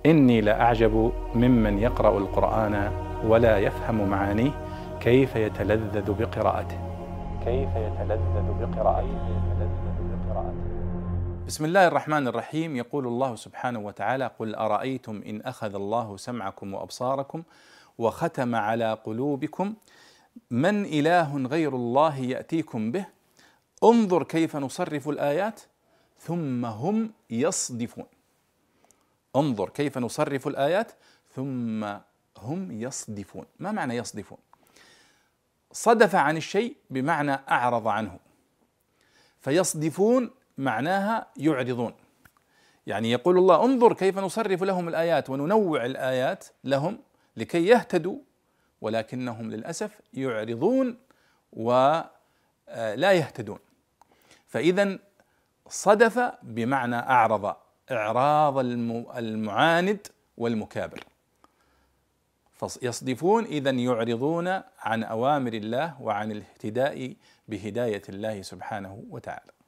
إني لأعجب ممن يقرأ القرآن ولا يفهم معانيه كيف يتلذذ بقراءته. بسم الله الرحمن الرحيم. يقول الله سبحانه وتعالى: قل أرأيتم إن أخذ الله سمعكم وأبصاركم وختم على قلوبكم من إله غير الله يأتيكم به انظر كيف نصرف الآيات ثم هم يصدفون. انظر كيف نصرف الآيات ثم هم يصدفون. ما معنى يصدفون؟ صدف عن الشيء بمعنى أعرض عنه، فيصدفون معناها يعرضون. يعني يقول الله: انظر كيف نصرف لهم الآيات وننوع الآيات لهم لكي يهتدوا، ولكنهم للأسف يعرضون ولا يهتدون. فإذا صدف بمعنى أعرض، إعراض المعاند والمكابر. فيصدفون إذا يعرضون عن أوامر الله وعن الاهتداء بهداية الله سبحانه وتعالى.